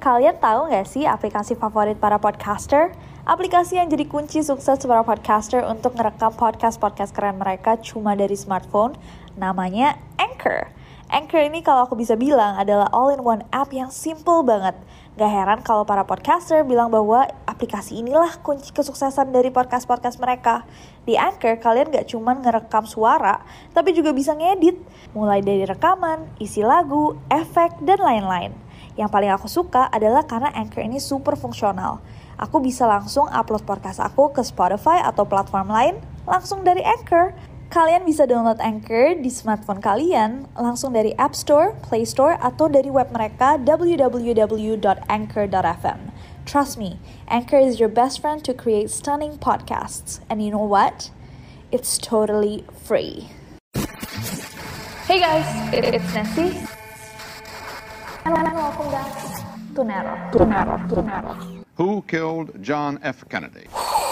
Kalian tahu nggak sih aplikasi favorit para podcaster? Aplikasi yang jadi kunci sukses para podcaster untuk ngerekam podcast-podcast keren mereka cuma dari smartphone, namanya Anchor. Anchor ini kalau aku bisa bilang adalah all-in-one app yang simple banget. Gak heran kalau para podcaster bilang bahwa aplikasi inilah kunci kesuksesan dari podcast-podcast mereka. Di Anchor, kalian gak cuma ngerekam suara, tapi juga bisa ngedit. Mulai dari rekaman, isi lagu, efek, dan lain-lain. Yang paling aku suka adalah karena Anchor ini super fungsional. Aku bisa langsung upload podcast aku ke Spotify atau platform lain langsung dari Anchor. Kalian bisa download Anchor di smartphone kalian langsung dari App Store, Play Store, atau dari web mereka www.anchor.fm. Trust me, Anchor is your best friend to create stunning podcasts. And you know what? It's totally free. Hey guys, it's Nancy. And welcome back to Neror. Who killed John F. Kennedy?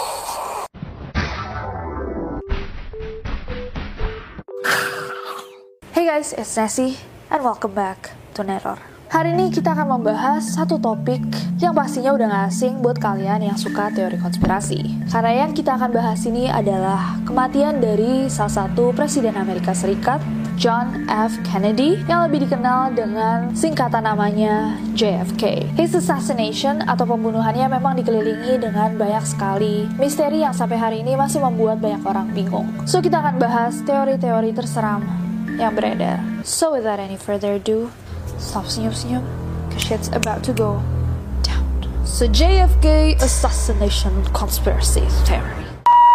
Hey guys, it's Nessie, and welcome back to Neror. Hari ini kita akan membahas satu topik yang pastinya udah gak asing buat kalian yang suka teori konspirasi. Karena yang kita akan bahas ini adalah kematian dari salah satu Presiden Amerika Serikat, John F. Kennedy, yang lebih dikenal dengan singkatan namanya JFK. His assassination atau pembunuhannya memang dikelilingi dengan banyak sekali misteri yang sampai hari ini masih membuat banyak orang bingung. So kita akan bahas teori-teori terseram yang beredar. So without any further ado, stop senyum-senyum, cause shit's about to go down. So JFK assassination conspiracy theory.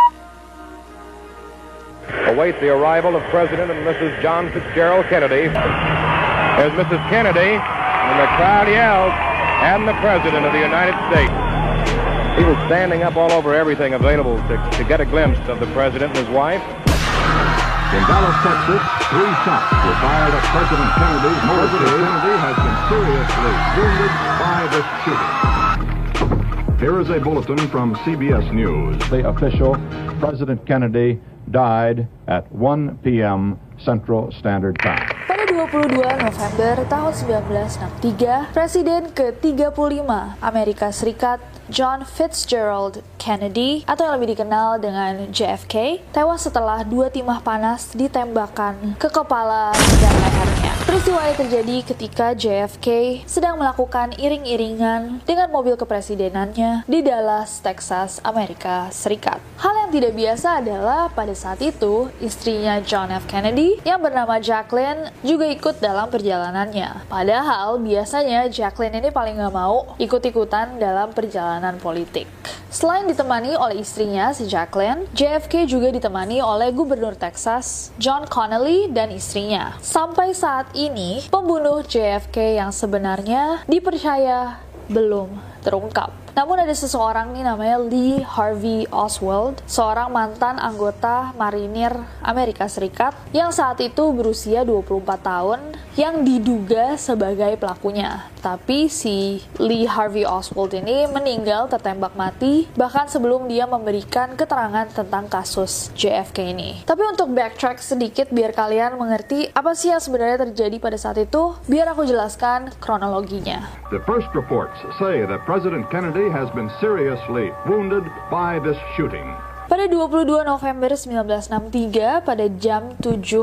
Await the arrival of President and Mrs. John Fitzgerald Kennedy. As Mrs. Kennedy, and the crowd yells, and the President of the United States. People standing up all over everything available to get a glimpse of the President and his wife. In Dallas, Texas, 3 shots were fired at President Kennedy's motorcade. President Kennedy has been seriously wounded by this shooting. Here is a bulletin from CBS News. The official, President Kennedy died at 1 p.m. Central Standard Time. Pada 22 November tahun 1963, Presiden ke-35 Amerika Serikat John Fitzgerald Kennedy, atau yang lebih dikenal dengan JFK, tewas setelah 2 timah panas ditembakkan ke kepala dan lehernya. Peristiwa ini terjadi ketika JFK sedang melakukan iring-iringan dengan mobil kepresidenannya di Dallas, Texas, Amerika Serikat. Hal yang tidak biasa adalah pada saat itu, istrinya John F. Kennedy yang bernama Jacqueline juga ikut dalam perjalanannya. Padahal biasanya Jacqueline ini paling gak mau ikut-ikutan dalam perjalanan politik. Selain ditemani oleh istrinya si Jacqueline, JFK juga ditemani oleh Gubernur Texas John Connally dan istrinya. Sampai saat ini, pembunuh JFK yang sebenarnya dipercaya belum terungkap. Namun ada seseorang nih namanya Lee Harvey Oswald, seorang mantan anggota marinir Amerika Serikat yang saat itu berusia 24 tahun yang diduga sebagai pelakunya. Tapi si Lee Harvey Oswald ini meninggal tertembak mati bahkan sebelum dia memberikan keterangan tentang kasus JFK ini. Tapi untuk backtrack sedikit biar kalian mengerti apa sih yang sebenarnya terjadi pada saat itu, biar aku jelaskan kronologinya. The first reports say that President Kennedy has been seriously wounded by this shooting. Pada 22 November 1963, pada jam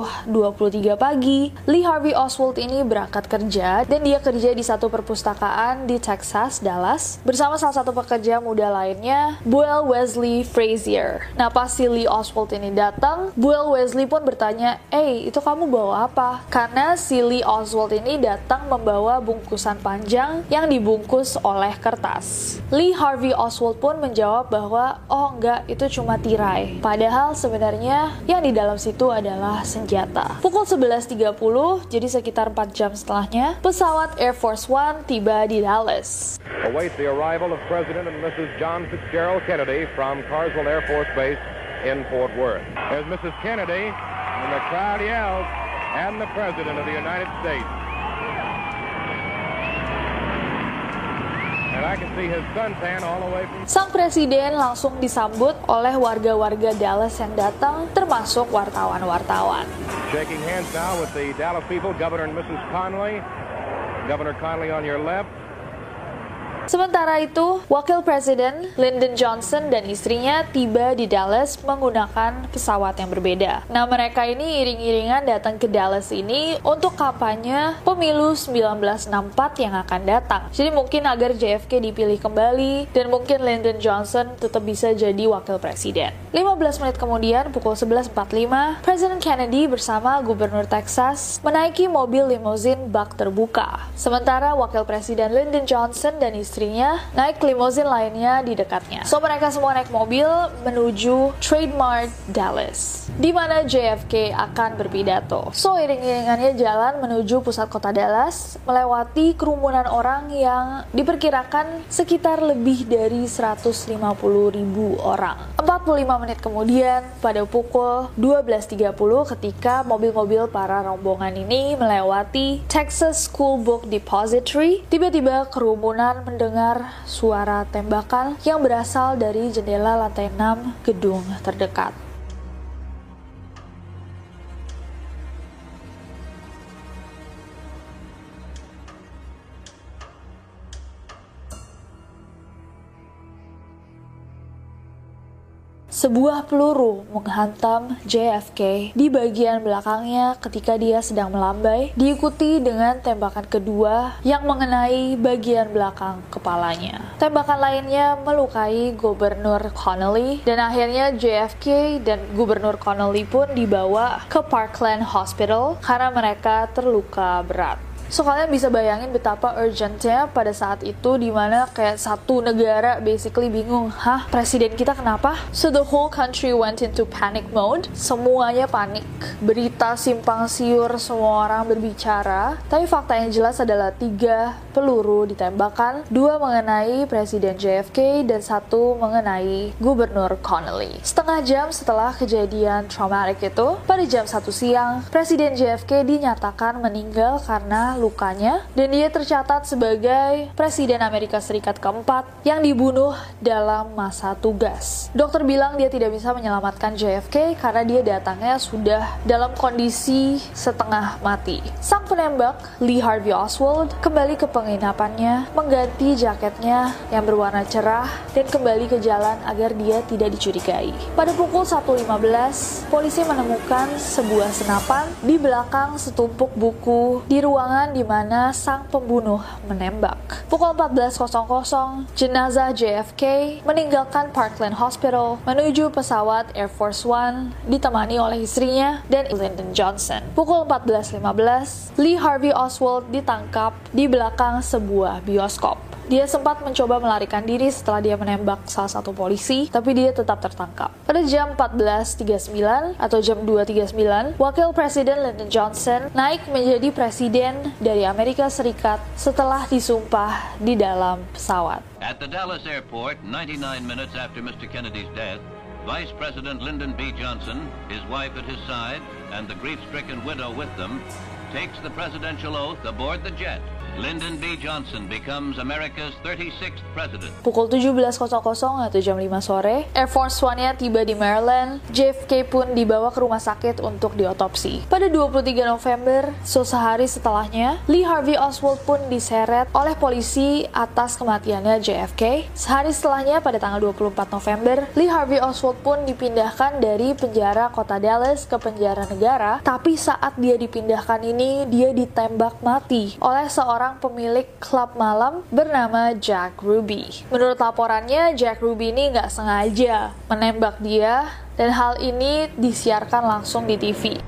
7.23 pagi, Lee Harvey Oswald ini berangkat kerja dan dia kerja di satu perpustakaan di Texas, Dallas, bersama salah satu pekerja muda lainnya, Buell Wesley Frazier. Nah, pas si Lee Oswald ini datang, Buell Wesley pun bertanya, itu kamu bawa apa?" Karena si Lee Oswald ini datang membawa bungkusan panjang yang dibungkus oleh kertas. Lee Harvey Oswald pun menjawab bahwa, "Oh enggak, itu cuma tirai." Padahal sebenarnya yang di dalam situ adalah senjata. Pukul 11.30, jadi sekitar 4 jam setelahnya, pesawat Air Force One tiba di Dallas. Await the arrival of President and Mrs. John Fitzgerald Kennedy from Carswell Air Force Base in Fort Worth. As Mrs. Kennedy, and the crowd yells, and the President of the United States. Sang presiden langsung disambut oleh warga-warga Dallas yang datang, termasuk wartawan-wartawan. Shaking hands now with the Dallas people, Governor and Mrs. Conley. Governor Conley on your left, Sementara itu, Wakil Presiden Lyndon Johnson dan istrinya tiba di Dallas menggunakan pesawat yang berbeda. Nah, mereka ini iring-iringan datang ke Dallas ini untuk kampanye pemilu 1964 yang akan datang. Jadi mungkin agar JFK dipilih kembali dan mungkin Lyndon Johnson tetap bisa jadi wakil presiden. 15 menit kemudian, pukul 11.45, Presiden Kennedy bersama Gubernur Texas menaiki mobil limousine bak terbuka. Sementara Wakil Presiden Lyndon Johnson dan istrinya naik limousine lainnya di dekatnya. So, mereka semua naik mobil menuju Trademark Dallas, di mana JFK akan berpidato. So, iring-iringannya jalan menuju pusat kota Dallas, melewati kerumunan orang yang diperkirakan sekitar lebih dari 150.000 orang. 45 menit kemudian, pada pukul 12.30 ketika mobil-mobil para rombongan ini melewati Texas School Book Depository, tiba-tiba kerumunan mendengar suara tembakan yang berasal dari jendela lantai 6 gedung terdekat. Sebuah peluru menghantam JFK di bagian belakangnya ketika dia sedang melambai, diikuti dengan tembakan kedua yang mengenai bagian belakang kepalanya. Tembakan lainnya melukai Gubernur Connally, dan akhirnya JFK dan Gubernur Connally pun dibawa ke Parkland Hospital karena mereka terluka berat. So, kalian bisa bayangin betapa urgentnya pada saat itu, dimana kayak satu negara basically bingung, presiden kita kenapa? So, the whole country went into panic mode. Semuanya panik. Berita simpang siur, semua orang berbicara. Tapi fakta yang jelas adalah 3 peluru ditembakkan, 2 mengenai Presiden JFK dan 1 mengenai Gubernur Connally. Setengah jam setelah kejadian traumatik itu, pada jam 1 siang, Presiden JFK dinyatakan meninggal karena lukanya, dan dia tercatat sebagai Presiden Amerika Serikat keempat yang dibunuh dalam masa tugas. Dokter bilang dia tidak bisa menyelamatkan JFK karena dia datangnya sudah dalam kondisi setengah mati. Sang penembak, Lee Harvey Oswald, kembali ke penginapannya, mengganti jaketnya yang berwarna cerah, dan kembali ke jalan agar dia tidak dicurigai. Pada pukul 1.15, polisi menemukan sebuah senapan di belakang setumpuk buku di ruangan di mana sang pembunuh menembak. Pukul 14.00, jenazah JFK meninggalkan Parkland Hospital menuju pesawat Air Force One ditemani oleh istrinya dan Lyndon Johnson. Pukul 14.15, Lee Harvey Oswald ditangkap di belakang sebuah bioskop. Dia sempat mencoba melarikan diri setelah dia menembak salah satu polisi, tapi dia tetap tertangkap. Pada jam 14.39 atau jam 2.39, Wakil Presiden Lyndon Johnson naik menjadi presiden dari Amerika Serikat setelah disumpah di dalam pesawat. At the Dallas airport, 99 minutes after Mr. Kennedy's death, Vice President Lyndon B. Johnson, his wife at his side, and the grief-stricken widow with them, takes the presidential oath aboard the jet. Lyndon B. Johnson becomes America's 36th president. Pukul 17.00 atau jam 5 sore, Air Force One-nya tiba di Maryland. JFK pun dibawa ke rumah sakit untuk diotopsi. Pada 23 November, sehari setelahnya, Lee Harvey Oswald pun diseret oleh polisi atas kematiannya JFK. Sehari setelahnya, pada tanggal 24 November, Lee Harvey Oswald pun dipindahkan dari penjara kota Dallas ke penjara negara. Tapi saat dia dipindahkan ini, dia ditembak mati oleh seorang pemilik klub malam bernama Jack Ruby. Menurut laporannya, Jack Ruby ini nggak sengaja menembak dia, dan hal ini disiarkan langsung di TV.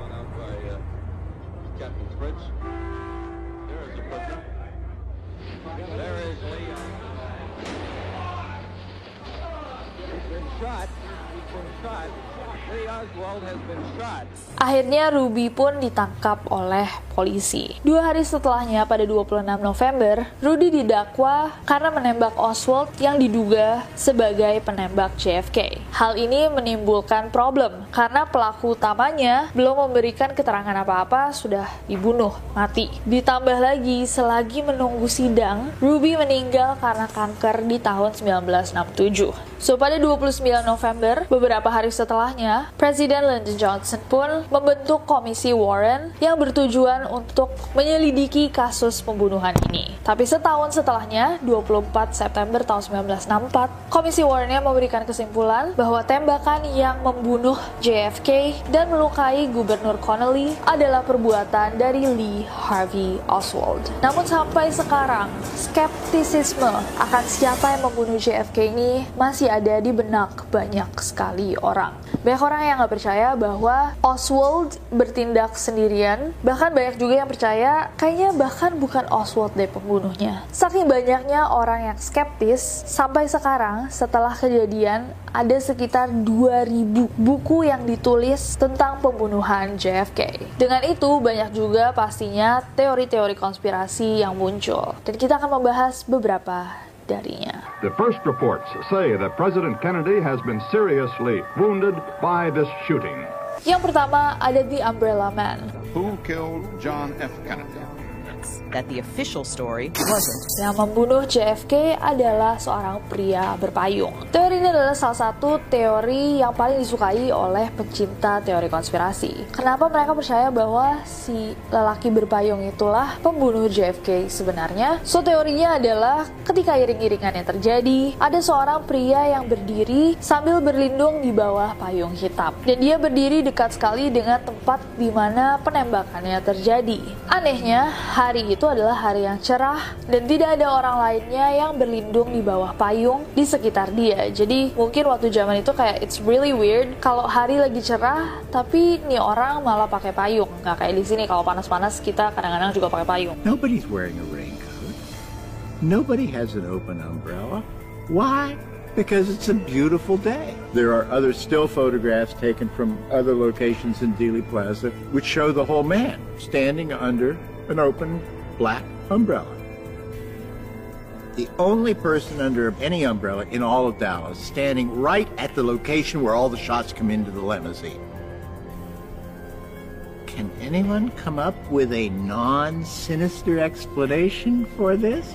Akhirnya Ruby pun ditangkap oleh polisi. 2 hari setelahnya, pada 26 November, Rudy didakwa karena menembak Oswald yang diduga sebagai penembak JFK. Hal ini menimbulkan problem karena pelaku utamanya belum memberikan keterangan apa-apa, sudah dibunuh mati. Ditambah lagi, selagi menunggu sidang, Ruby meninggal karena kanker di tahun 1967. So, pada 29 November, beberapa hari setelahnya, Presiden Lyndon Johnson pun membentuk Komisi Warren yang bertujuan untuk menyelidiki kasus pembunuhan ini. Tapi setahun setelahnya, 24 September tahun 1964, Komisi Warren memberikan kesimpulan bahwa tembakan yang membunuh JFK dan melukai Gubernur Connally adalah perbuatan dari Lee Harvey Oswald. Namun sampai sekarang, skeptisisme akan siapa yang membunuh JFK ini masih ada di benak banyak sekali orang. Banyak orang yang nggak percaya bahwa Oswald bertindak sendirian, bahkan banyak juga yang percaya kayaknya bahkan bukan Oswald deh pembunuhnya. Saking banyaknya orang yang skeptis, sampai sekarang setelah kejadian ada sekitar 2.000 buku yang ditulis tentang pembunuhan JFK. Dengan itu banyak juga pastinya teori-teori konspirasi yang muncul, dan kita akan membahas beberapa darinya. The first reports say that President Kennedy has been seriously wounded by this shooting. Yang pertama ada The Umbrella Man. Who killed John F. Kennedy? That the official story wasn't. Yang membunuh JFK adalah seorang pria berpayung. Teori ini adalah salah satu teori yang paling disukai oleh pecinta teori konspirasi. Kenapa mereka percaya bahwa si lelaki berpayung itulah pembunuh JFK sebenarnya? So teorinya adalah ketika iring-iringannya terjadi, ada seorang pria yang berdiri sambil berlindung di bawah payung hitam. Dan dia berdiri dekat sekali dengan tempat di mana penembakannya terjadi. Anehnya, hari itu adalah hari yang cerah dan tidak ada orang lainnya yang berlindung di bawah payung di sekitar dia. Jadi mungkin waktu zaman itu kayak it's really weird kalau hari lagi cerah tapi nih orang malah pakai payung. Nggak kayak di sini kalau panas-panas kita kadang-kadang juga pakai payung. Nobody's wearing a raincoat. Nobody has an open umbrella. Why? Because it's a beautiful day. There are other still photographs taken from other locations in Dealey Plaza which show the whole man standing under an open black umbrella. The only person under any umbrella in all of Dallas standing right at the location where all the shots come into the limousine. Can anyone come up with a non-sinister explanation for this?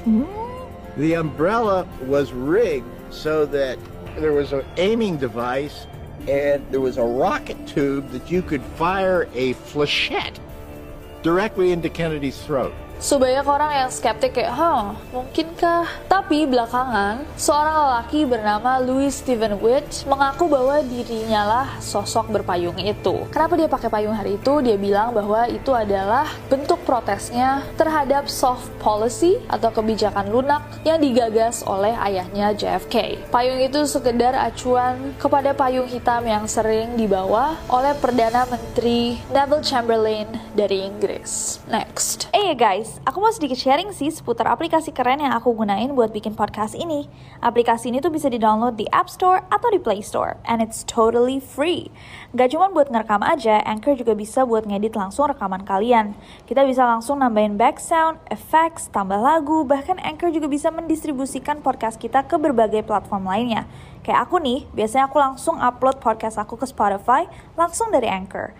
The umbrella was rigged so that there was an aiming device and there was a rocket tube that you could fire a flechette directly into Kennedy's throat. So banyak orang yang skeptik kayak, mungkinkah? Tapi belakangan, seorang lelaki bernama Louis Stephen Witt mengaku bahwa dirinya lah sosok berpayung itu. Kenapa dia pakai payung hari itu? Dia bilang bahwa itu adalah bentuk protesnya terhadap soft policy atau kebijakan lunak yang digagas oleh ayahnya JFK. Payung itu sekedar acuan kepada payung hitam yang sering dibawa oleh Perdana Menteri Neville Chamberlain dari Inggris. Next. Guys, aku mau sedikit sharing sih seputar aplikasi keren yang aku gunain buat bikin podcast ini. Aplikasi ini tuh bisa di-download di App Store atau di Play Store, and it's totally free. Gak cuma buat ngerekam aja, Anchor juga bisa buat ngedit langsung rekaman kalian. Kita bisa langsung nambahin back sound, effects, tambah lagu, bahkan Anchor juga bisa mendistribusikan podcast kita ke berbagai platform lainnya. Kayak aku nih, biasanya aku langsung upload podcast aku ke Spotify langsung dari Anchor.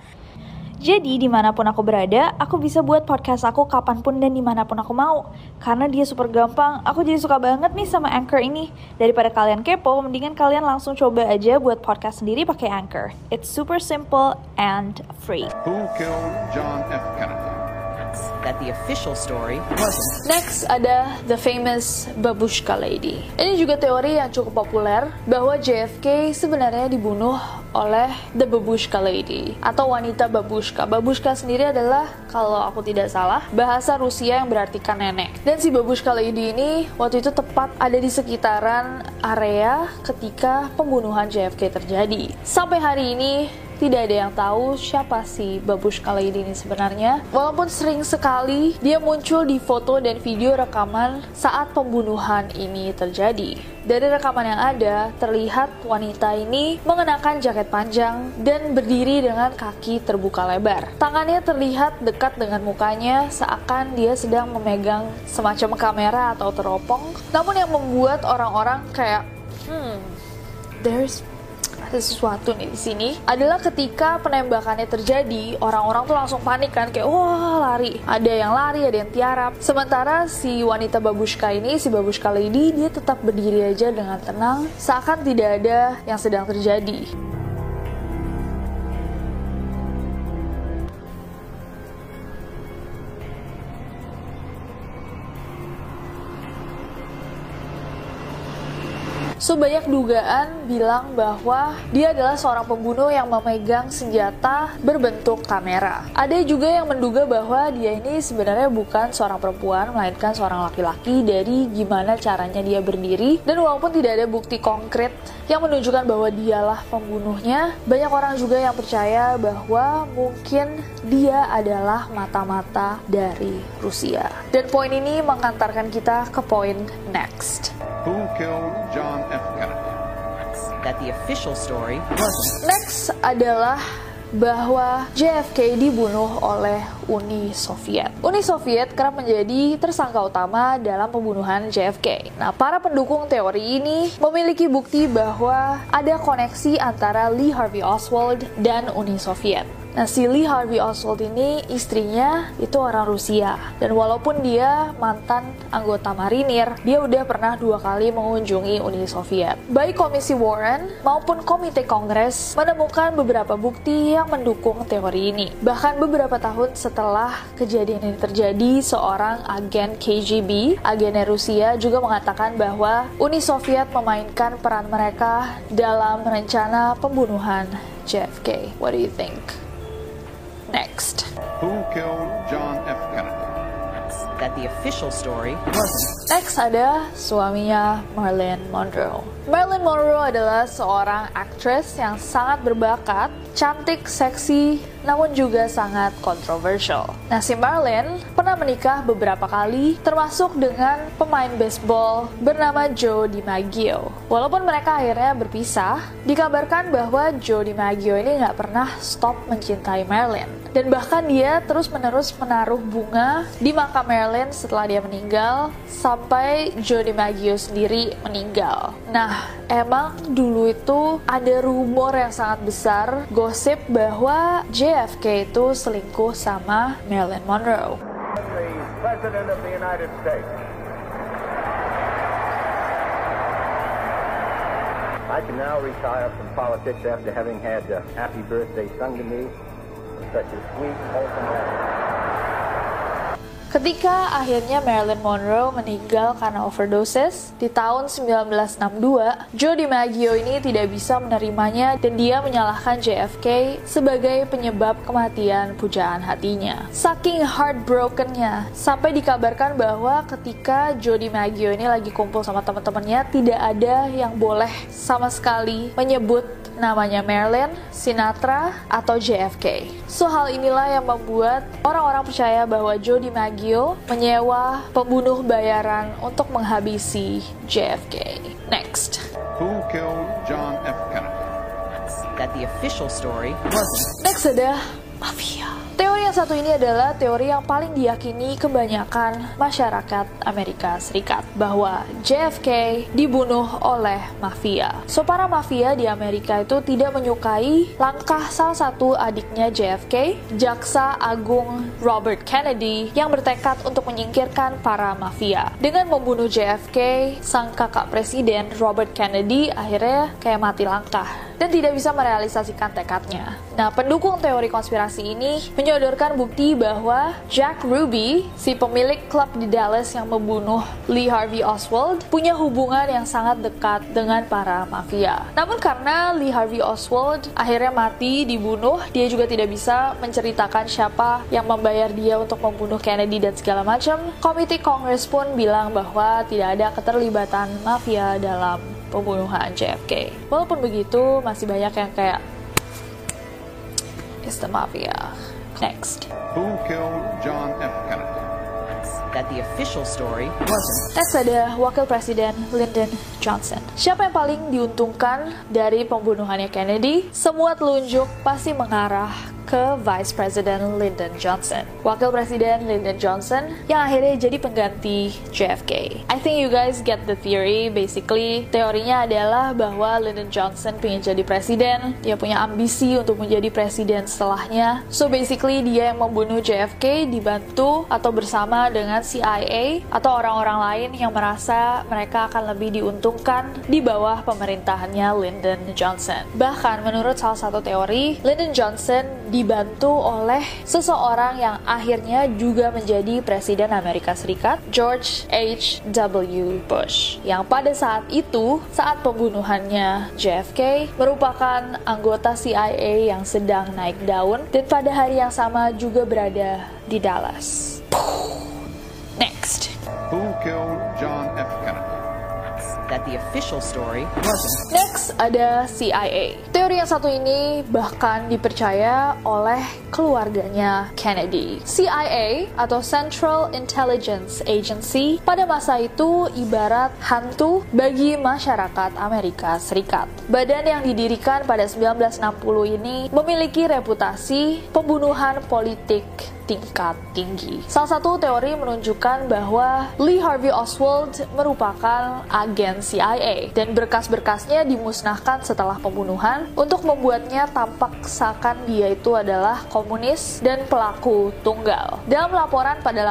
Jadi dimanapun aku berada, aku bisa buat podcast aku kapanpun dan dimanapun aku mau. Karena dia super gampang, aku jadi suka banget nih sama Anchor ini. Daripada kalian kepo, mendingan kalian langsung coba aja buat podcast sendiri pakai Anchor. It's super simple and free. Who killed John F. Kennedy? That the official story wasn't. Next ada the famous Babushka Lady. Ini juga teori yang cukup populer bahwa JFK sebenarnya dibunuh oleh the Babushka Lady atau wanita babushka. Babushka sendiri adalah, kalau aku tidak salah, bahasa Rusia yang berartikan nenek. Dan si Babushka Lady ini waktu itu tepat ada di sekitaran area ketika pembunuhan JFK terjadi. Sampai hari ini tidak ada yang tahu siapa si Babushka Lady ini sebenarnya. Walaupun sering sekali dia muncul di foto dan video rekaman saat pembunuhan ini terjadi. Dari rekaman yang ada, terlihat wanita ini mengenakan jaket panjang dan berdiri dengan kaki terbuka lebar. Tangannya terlihat dekat dengan mukanya seakan dia sedang memegang semacam kamera atau teropong. Namun yang membuat orang-orang kayak, there's sesuatu nih di sini adalah ketika penembakannya terjadi, orang-orang tuh langsung panik kan, kayak wah lari. Ada yang lari, ada yang tiarap. Sementara si wanita babushka ini, si babushka lady, dia tetap berdiri aja dengan tenang, seakan tidak ada yang sedang terjadi. So, banyak dugaan bilang bahwa dia adalah seorang pembunuh yang memegang senjata berbentuk kamera. Ada juga yang menduga bahwa dia ini sebenarnya bukan seorang perempuan, melainkan seorang laki-laki dari gimana caranya dia berdiri. Dan walaupun tidak ada bukti konkret yang menunjukkan bahwa dialah pembunuhnya, banyak orang juga yang percaya bahwa mungkin dia adalah mata-mata dari Rusia. Dan poin ini mengantarkan kita ke poin next. Who killed John F. Kennedy? That the official story wasn't. Next adalah bahwa JFK dibunuh oleh Uni Soviet. Uni Soviet kerap menjadi tersangka utama dalam pembunuhan JFK. Nah, para pendukung teori ini memiliki bukti bahwa ada koneksi antara Lee Harvey Oswald dan Uni Soviet. Nah, si Lee Harvey Oswald ini istrinya itu orang Rusia. Dan walaupun dia mantan anggota marinir, dia udah pernah 2 kali mengunjungi Uni Soviet. Baik Komisi Warren maupun Komite Kongres menemukan beberapa bukti yang mendukung teori ini. Bahkan beberapa tahun setelah kejadian ini terjadi, seorang agen KGB, agen Rusia, juga mengatakan bahwa Uni Soviet memainkan peran mereka dalam rencana pembunuhan JFK. What do you think? Next. Who killed John F. Kennedy? That the official story wasn't. Next ada suaminya Marilyn Monroe. Marilyn Monroe adalah seorang aktris yang sangat berbakat, cantik, seksi, namun juga sangat kontroversial. Nah, si Marilyn pernah menikah beberapa kali, termasuk dengan pemain baseball bernama Joe DiMaggio. Walaupun mereka akhirnya berpisah, dikabarkan bahwa Joe DiMaggio ini nggak pernah stop mencintai Marilyn. Dan bahkan dia terus-menerus menaruh bunga di makam Marilyn setelah dia meninggal, sampai Joe DiMaggio sendiri meninggal. Nah, emang dulu itu ada rumor yang sangat besar, gosip bahwa JFK itu selingkuh sama Marilyn Monroe. The President of the United States. I can now retire from politics after having had Happy Birthday sung to me in such a sweet, wholesome manner. Ketika akhirnya Marilyn Monroe meninggal karena overdosis di tahun 1962, Joe DiMaggio ini tidak bisa menerimanya dan dia menyalahkan JFK sebagai penyebab kematian pujaan hatinya. Saking heartbrokennya, sampai dikabarkan bahwa ketika Joe DiMaggio ini lagi kumpul sama teman-temannya, tidak ada yang boleh sama sekali menyebut namanya Marilyn, Sinatra, atau JFK. So, hal inilah yang membuat orang-orang percaya bahwa Joe DiMaggio menyewa pembunuh bayaran untuk menghabisi JFK. Next. Who killed John F. Kennedy? That the official story wasn't. Next ada mafia. Teori yang satu ini adalah teori yang paling diyakini kebanyakan masyarakat Amerika Serikat, bahwa JFK dibunuh oleh mafia. So, para mafia di Amerika itu tidak menyukai langkah salah satu adiknya JFK, Jaksa Agung Robert Kennedy, yang bertekad untuk menyingkirkan para mafia. Dengan membunuh JFK, sang kakak presiden Robert Kennedy akhirnya kayak mati langkah dan tidak bisa merealisasikan tekadnya. Nah, pendukung teori konspirasi ini menyodorkan bukti bahwa Jack Ruby, si pemilik klub di Dallas yang membunuh Lee Harvey Oswald, punya hubungan yang sangat dekat dengan para mafia. Namun karena Lee Harvey Oswald akhirnya mati, dibunuh, dia juga tidak bisa menceritakan siapa yang membayar dia untuk membunuh Kennedy dan segala macam. Komite Kongres pun bilang bahwa tidak ada keterlibatan mafia dalam pembunuhan JFK. Walaupun begitu, masih banyak yang kayak it's the mafia. Next. Who killed John F. Kennedy? That the official story wasn't. Next ada Wakil Presiden Lyndon Johnson. Siapa yang paling diuntungkan dari pembunuhannya Kennedy? Semua telunjuk pasti mengarah ke Vice President Lyndon Johnson. Wakil Presiden Lyndon Johnson yang akhirnya jadi pengganti JFK. I think you guys get the theory. Basically, teorinya adalah bahwa Lyndon Johnson pengen jadi presiden, dia punya ambisi untuk menjadi presiden setelahnya. So basically, dia yang membunuh JFK dibantu atau bersama dengan CIA atau orang-orang lain yang merasa mereka akan lebih diuntungkan di bawah pemerintahannya Lyndon Johnson. Bahkan menurut salah satu teori, Lyndon Johnson dibantu oleh seseorang yang akhirnya juga menjadi Presiden Amerika Serikat, George H.W. Bush, yang pada saat itu, saat pembunuhannya JFK, merupakan anggota CIA yang sedang naik daun dan pada hari yang sama juga berada di Dallas. Next. Who killed John F. Kennedy? That the official story wasn't. Next ada CIA. Teori yang satu ini bahkan dipercaya oleh keluarganya Kennedy. CIA atau Central Intelligence Agency pada masa itu ibarat hantu bagi masyarakat Amerika Serikat. Badan yang didirikan pada 1960 ini memiliki reputasi pembunuhan politik tingkat tinggi. Salah satu teori menunjukkan bahwa Lee Harvey Oswald merupakan agen CIA dan berkas-berkasnya dimusnahkan setelah pembunuhan untuk membuatnya tampak seakan dia itu adalah komunis dan pelaku tunggal. Dalam laporan pada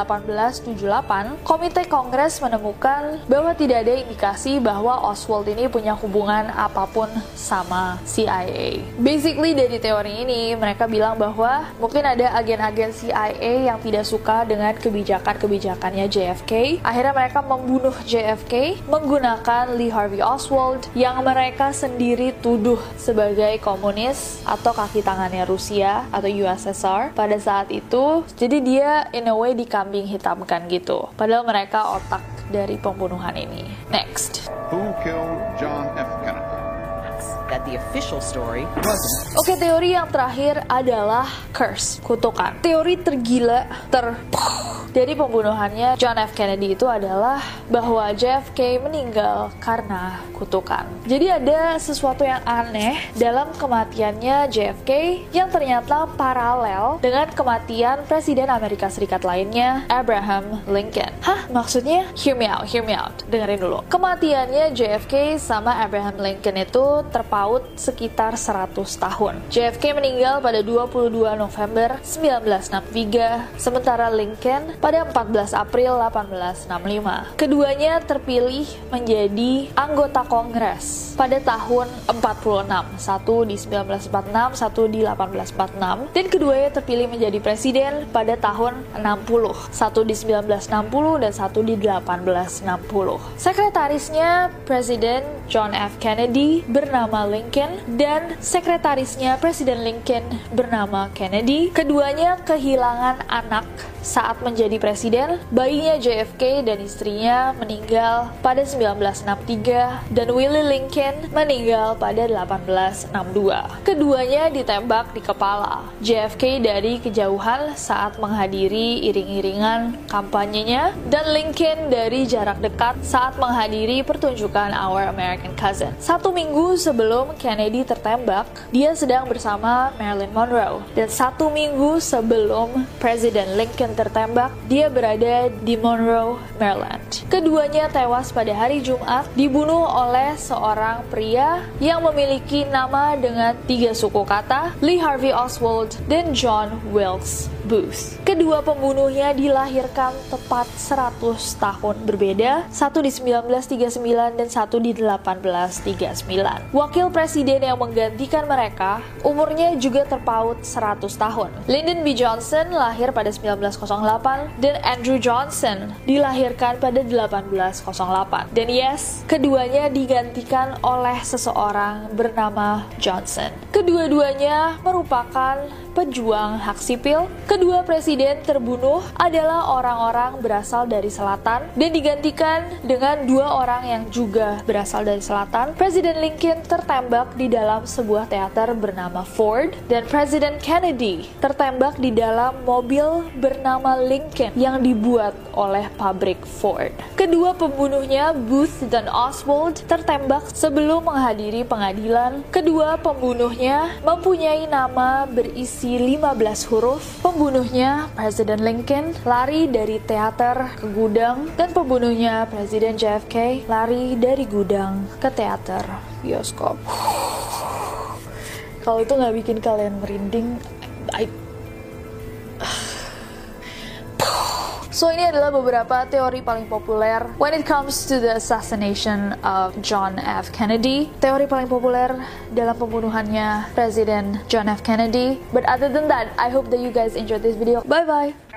1878, Komite Kongres menemukan bahwa tidak ada indikasi bahwa Oswald ini punya hubungan apapun sama CIA. Basically dari teori ini mereka bilang bahwa mungkin ada agen-agen CIA yang tidak suka dengan kebijakan-kebijakannya JFK. Akhirnya mereka membunuh JFK menggunakan Lee Harvey Oswald yang mereka sendiri tuduh sebagai komunis atau kaki tangannya Rusia atau USSR pada saat itu. Jadi dia in a way dikambing hitamkan gitu. Padahal mereka otak dari pembunuhan ini. Next. Who killed John F. Kennedy? That the official story wasn't. Oke, teori yang terakhir adalah curse, kutukan. Teori tergila dari pembunuhannya John F. Kennedy itu adalah bahwa JFK meninggal karena kutukan. Jadi ada sesuatu yang aneh dalam kematiannya JFK yang ternyata paralel dengan kematian Presiden Amerika Serikat lainnya, Abraham Lincoln. Hah? Maksudnya? Hear me out. Dengerin dulu. Kematiannya JFK sama Abraham Lincoln itu terpaut sekitar 100 tahun. JFK meninggal pada 22 November 1963, sementara Lincoln pada 14 April 1865. Keduanya terpilih menjadi anggota Kongres pada tahun 46, satu di 1946, satu di 1846, dan keduanya terpilih menjadi presiden pada tahun 60, satu di 1960 dan satu di 1860. Sekretarisnya Presiden John F. Kennedy bernama Lincoln dan sekretarisnya Presiden Lincoln bernama Kennedy. Keduanya kehilangan anak saat menjadi presiden. Bayinya JFK dan istrinya meninggal pada 1963 dan Willie Lincoln meninggal pada 1862. Keduanya ditembak di kepala. JFK dari kejauhan saat menghadiri iring-iringan kampanyenya dan Lincoln dari jarak dekat saat menghadiri pertunjukan Our American Cousin. 1 minggu sebelum Kennedy tertembak, dia sedang bersama Marilyn Monroe. Dan 1 minggu sebelum Presiden Lincoln tertembak, dia berada di Monroe, Maryland. Keduanya tewas pada hari Jumat, dibunuh oleh seorang pria yang memiliki nama dengan 3 suku kata, Lee Harvey Oswald dan John Wilkes Booth. Kedua pembunuhnya dilahirkan tepat 100 tahun berbeda, satu di 1939 dan satu di 1839. Wakil presiden yang menggantikan mereka, umurnya juga terpaut 100 tahun. Lyndon B. Johnson lahir pada 1908 dan Andrew Johnson dilahirkan pada 1808. Dan yes, keduanya digantikan oleh seseorang bernama Johnson. Kedua-duanya merupakan pejuang hak sipil. Kedua presiden terbunuh adalah orang-orang berasal dari selatan dan digantikan dengan 2 orang yang juga berasal dari selatan. Presiden Lincoln tertembak di dalam sebuah teater bernama Ford dan Presiden Kennedy tertembak di dalam mobil bernama Lincoln yang dibuat oleh pabrik Ford. Kedua pembunuhnya, Booth dan Oswald, tertembak sebelum menghadiri pengadilan. Kedua pembunuhnya mempunyai nama berisi berisi 15 huruf. Pembunuhnya Presiden Lincoln lari dari teater ke gudang, dan pembunuhnya Presiden JFK lari dari gudang ke teater bioskop. Kalau itu nggak bikin kalian merinding, So ini adalah beberapa teori paling populer when it comes to the assassination of John F. Kennedy. Teori paling populer dalam pembunuhannya Presiden John F. Kennedy. But other than that, I hope that you guys enjoyed this video. Bye bye.